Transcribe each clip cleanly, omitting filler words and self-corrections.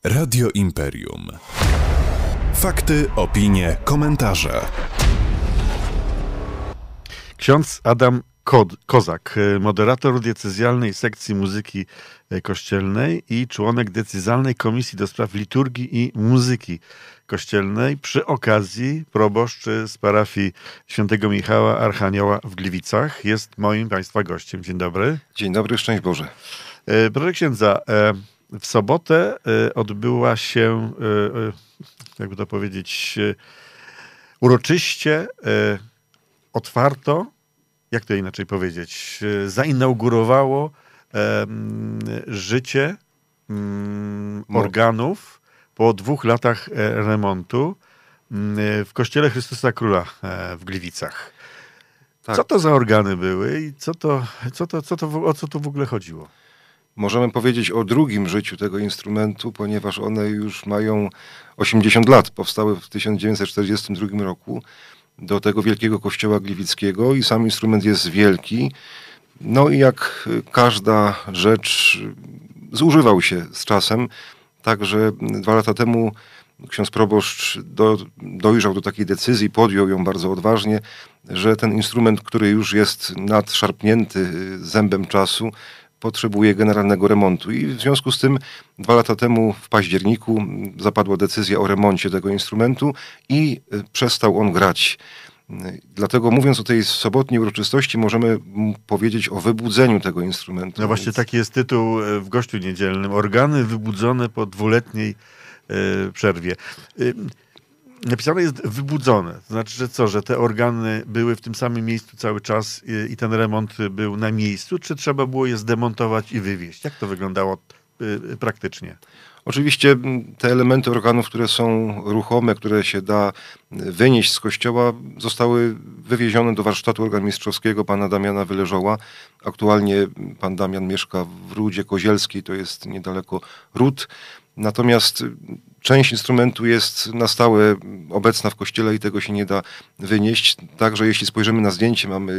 Radio Imperium. Fakty, opinie, komentarze. Ksiądz Adam Kozak, moderator diecezjalnej sekcji muzyki kościelnej i członek decyzjalnej komisji do spraw liturgii i muzyki kościelnej. Przy okazji proboszcz z parafii Świętego Michała Archanioła w Gliwicach jest moim Państwa gościem. Dzień dobry. Dzień dobry, szczęść Boże. Proszę księdza, w sobotę odbyła się, jakby to powiedzieć, uroczyście, otwarto, jak to inaczej powiedzieć, zainaugurowało życie organów po 2 latach remontu w Kościele Chrystusa Króla w Gliwicach. Tak. Co to za organy były i o co tu w ogóle chodziło? Możemy powiedzieć o drugim życiu tego instrumentu, ponieważ one już mają 80 lat. Powstały w 1942 roku do tego wielkiego kościoła gliwickiego i sam instrument jest wielki. No i jak każda rzecz zużywał się z czasem. Także 2 lata temu ksiądz proboszcz dojrzał do takiej decyzji, podjął ją bardzo odważnie, że ten instrument, który już jest nadszarpnięty zębem czasu, potrzebuje generalnego remontu. I w związku z tym 2 lata temu w październiku zapadła decyzja o remoncie tego instrumentu i przestał on grać. Dlatego mówiąc o tej sobotniej uroczystości możemy powiedzieć o wybudzeniu tego instrumentu. No właśnie taki jest tytuł w Gościu Niedzielnym. Organy wybudzone po 2-letniej przerwie. Napisane jest wybudzone. To znaczy, że co, że te organy były w tym samym miejscu cały czas i ten remont był na miejscu, czy trzeba było je zdemontować i wywieźć? Jak to wyglądało praktycznie? Oczywiście te elementy organów, które są ruchome, które się da wynieść z kościoła, zostały wywiezione do warsztatu organmistrzowskiego pana Damiana Wyleżoła. Aktualnie pan Damian mieszka w Rudzie Kozielskiej, to jest niedaleko Rud. Natomiast część instrumentu jest na stałe obecna w kościele i tego się nie da wynieść. Także jeśli spojrzymy na zdjęcie, mamy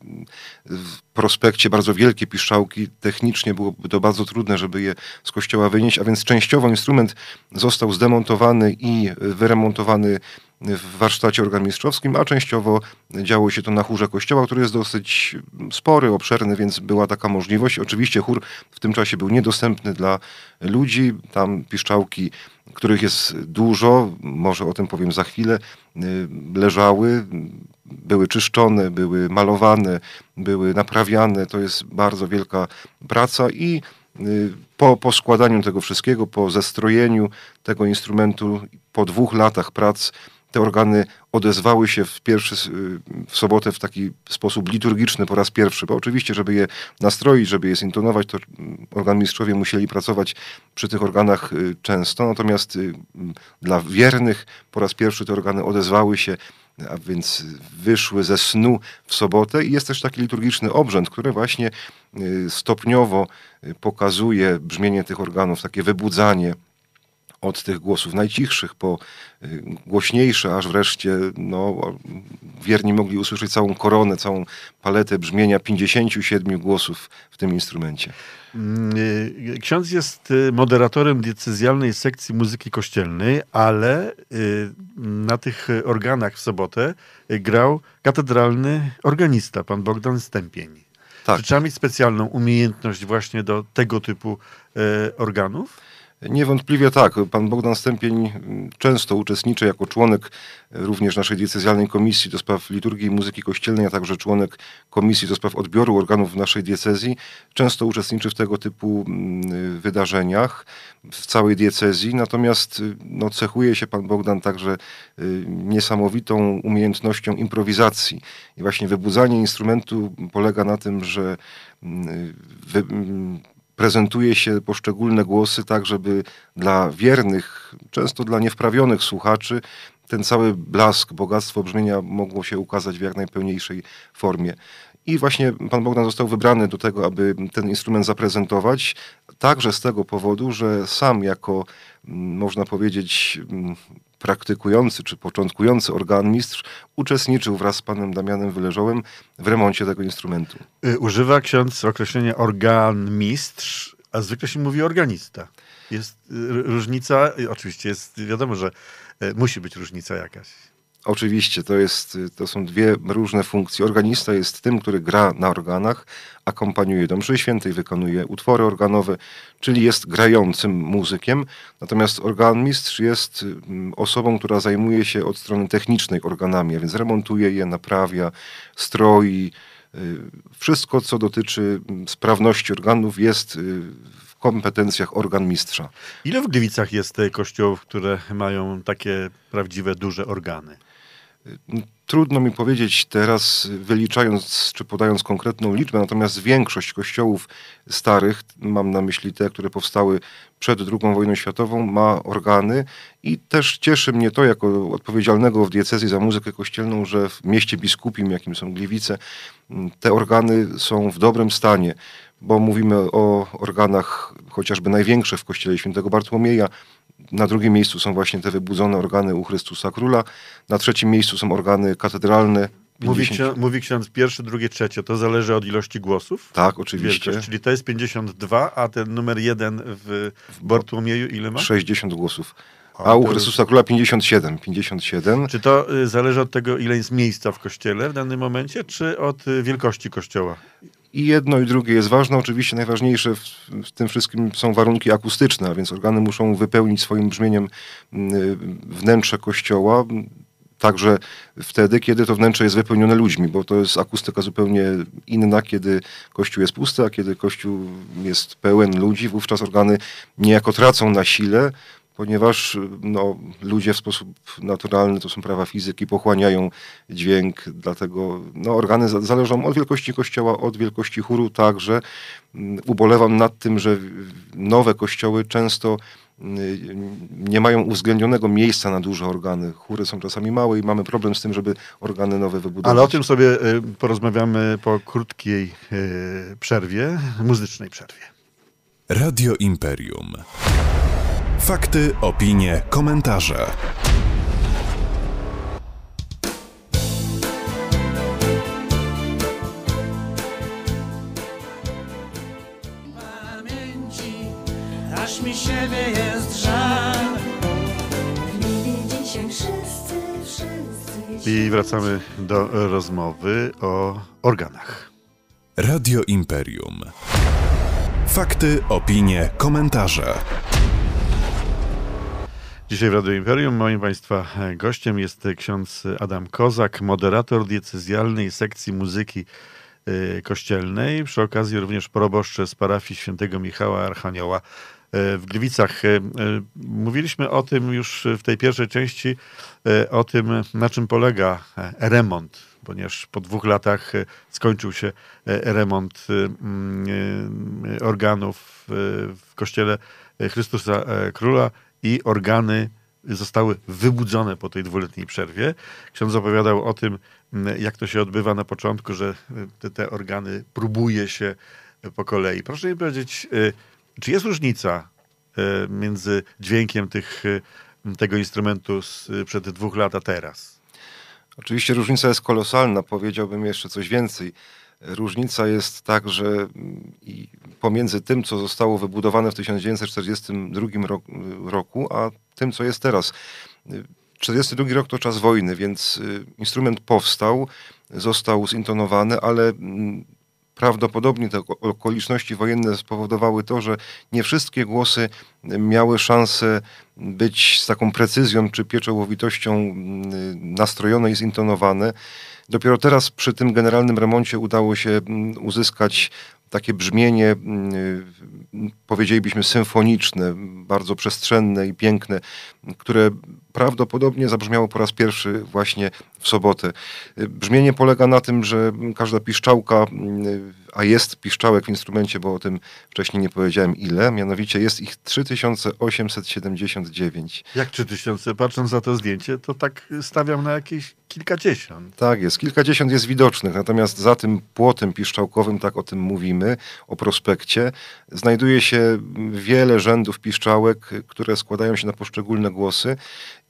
w prospekcie bardzo wielkie piszczałki. Technicznie byłoby to bardzo trudne, żeby je z kościoła wynieść, a więc częściowo instrument został zdemontowany i wyremontowany w warsztacie organmistrzowskim, a częściowo działo się to na chórze kościoła, który jest dosyć spory, obszerny, więc była taka możliwość. Oczywiście chór w tym czasie był niedostępny dla ludzi. Tam piszczałki, których jest dużo, może o tym powiem za chwilę, leżały, były czyszczone, były malowane, były naprawiane. To jest bardzo wielka praca i po składaniu tego wszystkiego, po zestrojeniu tego instrumentu, po 2 latach prac, te organy odezwały się w sobotę w taki sposób liturgiczny po raz pierwszy, bo oczywiście, żeby je nastroić, żeby je zintonować, to organmistrzowie musieli pracować przy tych organach często, natomiast dla wiernych po raz pierwszy te organy odezwały się, a więc wyszły ze snu w sobotę i jest też taki liturgiczny obrzęd, który właśnie stopniowo pokazuje brzmienie tych organów, takie wybudzanie od tych głosów najcichszych po głośniejsze, aż wreszcie wierni mogli usłyszeć całą koronę, całą paletę brzmienia 57 głosów w tym instrumencie. Ksiądz jest moderatorem diecezjalnej sekcji muzyki kościelnej, ale na tych organach w sobotę grał katedralny organista, pan Bogdan Stępień. Tak. Czy trzeba mieć specjalną umiejętność właśnie do tego typu organów? Niewątpliwie tak. Pan Bogdan Stępień często uczestniczy jako członek również naszej diecezjalnej komisji do spraw liturgii i muzyki kościelnej, a także członek komisji do spraw odbioru organów w naszej diecezji. Często uczestniczy w tego typu wydarzeniach w całej diecezji. Natomiast cechuje się pan Bogdan także niesamowitą umiejętnością improwizacji. I właśnie wybudzanie instrumentu polega na tym, że prezentuje się poszczególne głosy tak, żeby dla wiernych, często dla niewprawionych słuchaczy, ten cały blask, bogactwo brzmienia mogło się ukazać w jak najpełniejszej formie. I właśnie pan Bogdan został wybrany do tego, aby ten instrument zaprezentować, także z tego powodu, że sam jako, można powiedzieć, praktykujący czy początkujący organmistrz uczestniczył wraz z panem Damianem Wyleżołem w remoncie tego instrumentu. Używa ksiądz określenia organmistrz, a zwykle się mówi organista. Jest różnica, oczywiście jest wiadomo, że musi być różnica jakaś. Oczywiście, to są dwie różne funkcje. Organista jest tym, który gra na organach, akompaniuje do mszy świętej, wykonuje utwory organowe, czyli jest grającym muzykiem. Natomiast organmistrz jest osobą, która zajmuje się od strony technicznej organami, a więc remontuje je, naprawia, stroi. Wszystko, co dotyczy sprawności organów, jest w kompetencjach organmistrza. Ile w Gliwicach jest kościołów, które mają takie prawdziwe, duże organy? Trudno mi powiedzieć teraz, wyliczając czy podając konkretną liczbę, natomiast większość kościołów starych, mam na myśli te, które powstały przed II wojną światową, ma organy i też cieszy mnie to jako odpowiedzialnego w diecezji za muzykę kościelną, że w mieście biskupim, jakim są Gliwice, te organy są w dobrym stanie, bo mówimy o organach chociażby największe w kościele świętego Bartłomieja. Na drugim miejscu są właśnie te wybudzone organy u Chrystusa Króla. Na trzecim miejscu są organy katedralne. Mówi ksiądz pierwszy, drugie, trzecie. To zależy od ilości głosów? Tak, oczywiście. Wielkość, czyli to jest 52, a ten numer 1 w Bartłomieju ile ma? 60 głosów. A u Chrystusa Króla 57. Czy to zależy od tego, ile jest miejsca w kościele w danym momencie, czy od wielkości kościoła? I jedno i drugie jest ważne. Oczywiście najważniejsze w tym wszystkim są warunki akustyczne, a więc organy muszą wypełnić swoim brzmieniem wnętrze kościoła, także wtedy, kiedy to wnętrze jest wypełnione ludźmi, bo to jest akustyka zupełnie inna, kiedy kościół jest pusty, a kiedy kościół jest pełen ludzi, wówczas organy niejako tracą na sile, ponieważ ludzie w sposób naturalny, to są prawa fizyki, pochłaniają dźwięk, dlatego organy zależą od wielkości kościoła, od wielkości chóru także. Ubolewam nad tym, że nowe kościoły często nie mają uwzględnionego miejsca na duże organy. Chóry są czasami małe i mamy problem z tym, żeby organy nowe wybudować. Ale o tym sobie porozmawiamy po krótkiej przerwie, muzycznej przerwie. Radio Imperium. Fakty, opinie, komentarze. Pamięci, aż mi siebie jest żal. Dzisiaj wszyscy. I wracamy do rozmowy o organach. Radio Imperium. Fakty, opinie, komentarze. Dzisiaj w Radio Imperium moim Państwa gościem jest ksiądz Adam Kozak, moderator diecezjalnej sekcji muzyki kościelnej, przy okazji również proboszcz z parafii świętego Michała Archanioła w Gliwicach. Mówiliśmy o tym już w tej pierwszej części, o tym, na czym polega remont, ponieważ po 2 latach skończył się remont organów w kościele Chrystusa Króla i organy zostały wybudzone po tej 2-letniej przerwie. Ksiądz opowiadał o tym, jak to się odbywa na początku, że te organy próbuje się po kolei. Proszę mi powiedzieć, czy jest różnica między dźwiękiem tego instrumentu sprzed 2 lat a teraz? Oczywiście różnica jest kolosalna, powiedziałbym jeszcze coś więcej. Różnica jest także i pomiędzy tym, co zostało wybudowane w 1942 roku, a tym, co jest teraz. 1942 rok to czas wojny, więc instrument powstał, został zintonowany, ale prawdopodobnie te okoliczności wojenne spowodowały to, że nie wszystkie głosy miały szansę być z taką precyzją czy pieczołowitością nastrojone i zintonowane. Dopiero teraz przy tym generalnym remoncie udało się uzyskać takie brzmienie, powiedzielibyśmy, symfoniczne, bardzo przestrzenne i piękne, które prawdopodobnie zabrzmiało po raz pierwszy właśnie w sobotę. Brzmienie polega na tym, że każda piszczałka, a jest piszczałek w instrumencie, bo o tym wcześniej nie powiedziałem ile, mianowicie jest ich 3879. Jak 3000? Patrząc na to zdjęcie, to tak stawiam na jakieś kilkadziesiąt. Tak jest, kilkadziesiąt jest widocznych, natomiast za tym płotem piszczałkowym, tak o tym mówimy, o prospekcie, znajduje się wiele rzędów piszczałek, które składają się na poszczególne głosy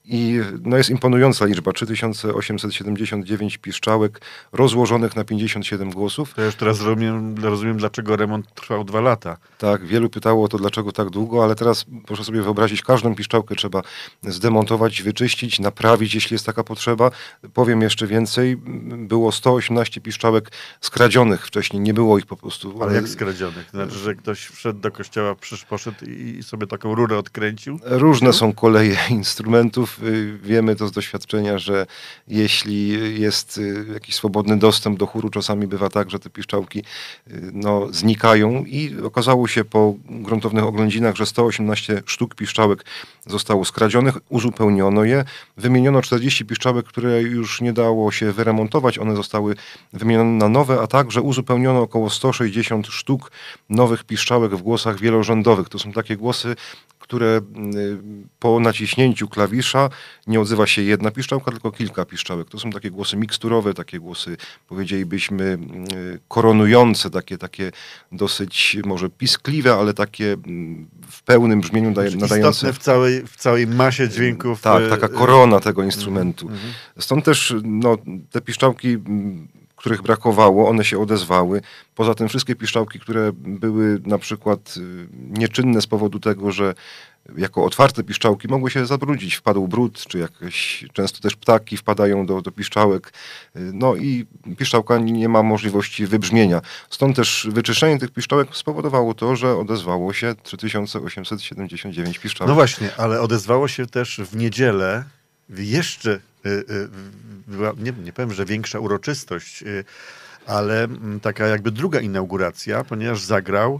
I no jest imponująca liczba, 3879 piszczałek rozłożonych na 57 głosów. To ja już teraz rozumiem, dlaczego remont trwał 2 lata. Tak, wielu pytało o to, dlaczego tak długo, ale teraz proszę sobie wyobrazić, każdą piszczałkę trzeba zdemontować, wyczyścić, naprawić, jeśli jest taka potrzeba. Powiem jeszcze więcej, było 118 piszczałek skradzionych wcześniej, nie było ich po prostu. Ale jak skradzionych? Znaczy, że ktoś wszedł do kościoła, poszedł i sobie taką rurę odkręcił? Różne są koleje instrumentów. Wiemy to z doświadczenia, że jeśli jest jakiś swobodny dostęp do chóru, czasami bywa tak, że te piszczałki znikają i okazało się po gruntownych oględzinach, że 118 sztuk piszczałek zostało skradzionych, uzupełniono je, wymieniono 40 piszczałek, które już nie dało się wyremontować, one zostały wymienione na nowe, a także uzupełniono około 160 sztuk nowych piszczałek w głosach wielorzędowych. To są takie głosy, które po naciśnięciu klawisza nie odzywa się jedna piszczałka, tylko kilka piszczałek. To są takie głosy miksturowe, takie głosy, powiedzielibyśmy, koronujące, takie dosyć może piskliwe, ale takie w pełnym brzmieniu nadające. Istotne w całej masie dźwięków. Tak, taka korona tego instrumentu. Stąd też te piszczałki, których brakowało, one się odezwały. Poza tym wszystkie piszczałki, które były na przykład nieczynne z powodu tego, że jako otwarte piszczałki mogły się zabrudzić, wpadł brud, czy jakieś, często też ptaki wpadają do piszczałek, i piszczałka nie ma możliwości wybrzmienia. Stąd też wyczyszczenie tych piszczałek spowodowało to, że odezwało się 3879 piszczałek. No właśnie, ale odezwało się też w niedzielę jeszcze była, nie powiem, że większa uroczystość, ale taka jakby druga inauguracja, ponieważ zagrał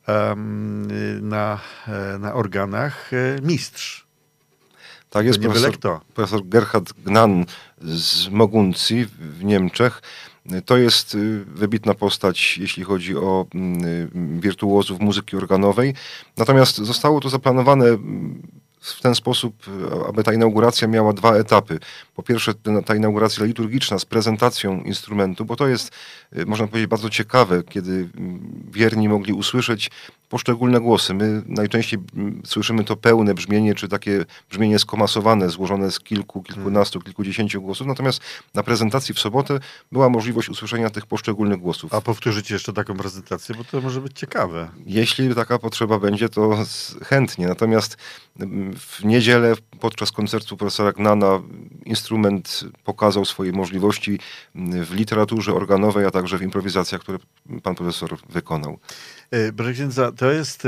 na organach mistrz. Tak jest, profesor Gerhard Gnann z Moguncji w Niemczech. To jest wybitna postać, jeśli chodzi o wirtuozów muzyki organowej. Natomiast zostało to zaplanowane w ten sposób, aby ta inauguracja miała 2 etapy. Po pierwsze, ta inauguracja liturgiczna z prezentacją instrumentu, bo to jest, można powiedzieć, bardzo ciekawe, kiedy wierni mogli usłyszeć poszczególne głosy. My najczęściej słyszymy to pełne brzmienie, czy takie brzmienie skomasowane, złożone z kilkunastu, kilkudziesięciu głosów. Natomiast na prezentacji w sobotę była możliwość usłyszenia tych poszczególnych głosów. A powtórzycie jeszcze taką prezentację, bo to może być ciekawe. Jeśli taka potrzeba będzie, to chętnie. Natomiast w niedzielę podczas koncertu profesora Gnana instrument pokazał swoje możliwości w literaturze organowej, a także w improwizacjach, które pan profesor wykonał. Proszę księdza, to jest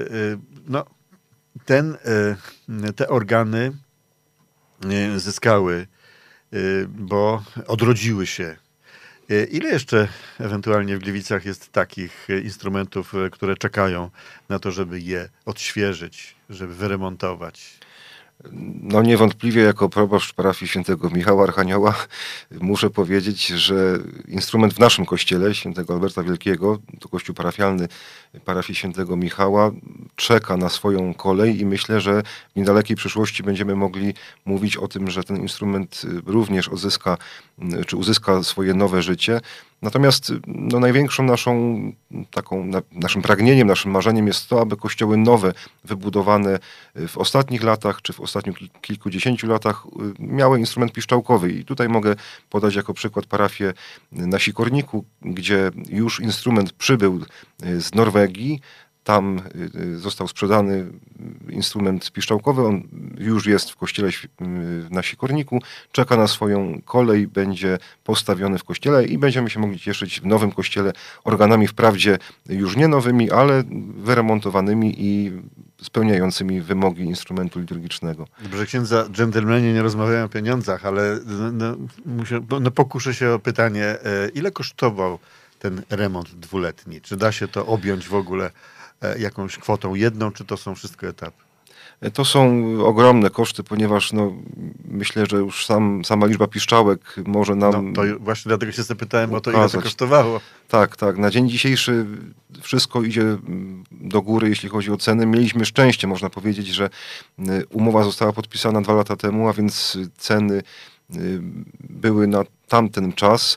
te organy zyskały, bo odrodziły się. Ile jeszcze ewentualnie w Gliwicach jest takich instrumentów, które czekają na to, żeby je odświeżyć, żeby wyremontować? Niewątpliwie jako proboszcz parafii świętego Michała Archanioła muszę powiedzieć, że instrument w naszym kościele, świętego Alberta Wielkiego, to kościół parafialny parafii świętego Michała, czeka na swoją kolej i myślę, że w niedalekiej przyszłości będziemy mogli mówić o tym, że ten instrument również uzyska swoje nowe życie. Natomiast największą naszym pragnieniem, naszym marzeniem jest to, aby kościoły nowe, wybudowane w ostatnich latach, czy w ostatnich kilkudziesięciu latach, miały instrument piszczałkowy. I tutaj mogę podać jako przykład parafię na Sikorniku, gdzie już instrument przybył z Norwegii. Tam został sprzedany instrument piszczałkowy, on już jest w kościele na Sikorniku, czeka na swoją kolej, będzie postawiony w kościele i będziemy się mogli cieszyć w nowym kościele organami, wprawdzie już nie nowymi, ale wyremontowanymi i spełniającymi wymogi instrumentu liturgicznego. Proszę księdza, dżentelmeni nie rozmawiają o pieniądzach, ale pokuszę się o pytanie, ile kosztował ten remont 2-letni? Czy da się to objąć w ogóle jakąś kwotą jedną, czy to są wszystko etapy? To są ogromne koszty, ponieważ myślę, że już sama liczba piszczałek może nam... to właśnie dlatego się zapytałem o to, ile to kosztowało. Tak. Na dzień dzisiejszy wszystko idzie do góry, jeśli chodzi o ceny. Mieliśmy szczęście, można powiedzieć, że umowa została podpisana 2 lata temu, a więc ceny były na tamten czas.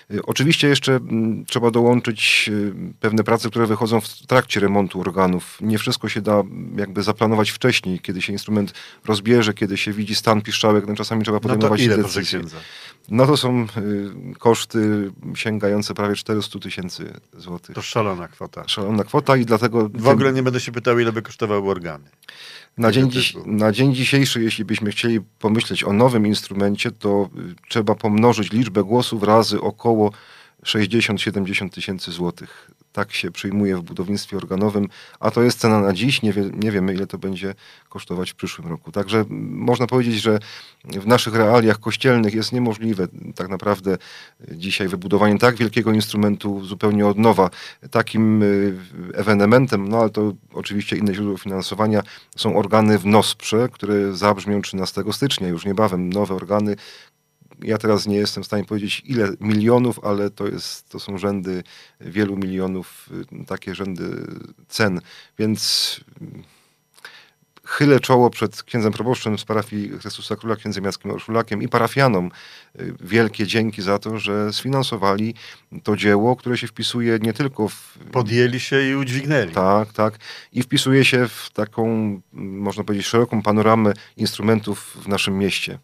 Oczywiście jeszcze trzeba dołączyć pewne prace, które wychodzą w trakcie remontu organów. Nie wszystko się da jakby zaplanować wcześniej, kiedy się instrument rozbierze, kiedy się widzi stan piszczałek, no czasami trzeba No to podejmować ile, proszę decyzje. księdza? No to są koszty sięgające prawie 400 000 złotych. To szalona kwota. Szalona kwota i dlatego W ogóle nie będę się pytał, ile by kosztowały organy. na dzień dzisiejszy, jeśli byśmy chcieli pomyśleć o nowym instrumencie, to trzeba pomnożyć liczbę głosów razy około 60-70 tysięcy złotych. Tak się przyjmuje w budownictwie organowym, a to jest cena na dziś. Nie wiemy, ile to będzie kosztować w przyszłym roku. Także można powiedzieć, że w naszych realiach kościelnych jest niemożliwe tak naprawdę dzisiaj wybudowanie tak wielkiego instrumentu zupełnie od nowa. Takim ewenementem, no ale to oczywiście inne źródło finansowania, są organy w Nosprze, które zabrzmią 13 stycznia, już niebawem nowe organy. Ja teraz nie jestem w stanie powiedzieć, ile milionów, ale to są rzędy wielu milionów, takie rzędy cen. Więc chylę czoło przed księdzem proboszczem z parafii Chrystusa Króla, księdzem Jackiem Orszulakiem i parafianom. Wielkie dzięki za to, że sfinansowali to dzieło, które się wpisuje nie tylko w... Podjęli się i udźwignęli. Tak, tak. I wpisuje się w taką, można powiedzieć, szeroką panoramę instrumentów w naszym mieście.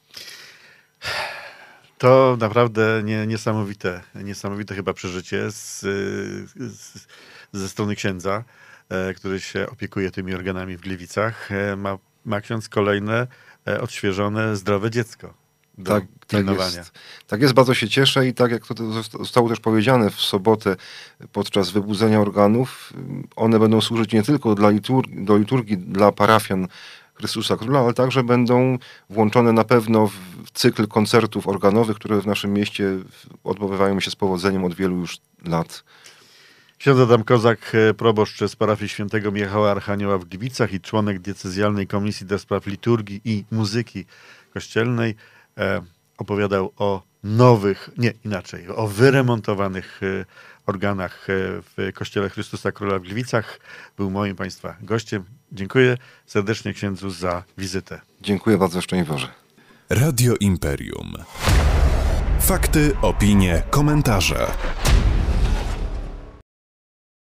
To naprawdę niesamowite chyba przeżycie ze strony księdza, który się opiekuje tymi organami w Gliwicach. Ma ksiądz kolejne, odświeżone, zdrowe dziecko do pilnowania. Tak jest, bardzo się cieszę i tak jak to zostało też powiedziane w sobotę podczas wybudzenia organów, one będą służyć nie tylko do liturgii dla parafian Chrystusa Króla, ale także będą włączone na pewno w cykl koncertów organowych, które w naszym mieście odbywają się z powodzeniem od wielu już lat. Ksiądz Adam Kozak, proboszcz z parafii świętego Michała Archanioła w Gliwicach i członek diecezjalnej Komisji do Spraw Liturgii i Muzyki Kościelnej, opowiadał o o wyremontowanych organach w Kościele Chrystusa Króla w Gliwicach. Był moim Państwa gościem. Dziękuję serdecznie księdzu za wizytę. Dziękuję bardzo, szczęść Boże. Radio Imperium. Fakty, opinie, komentarze.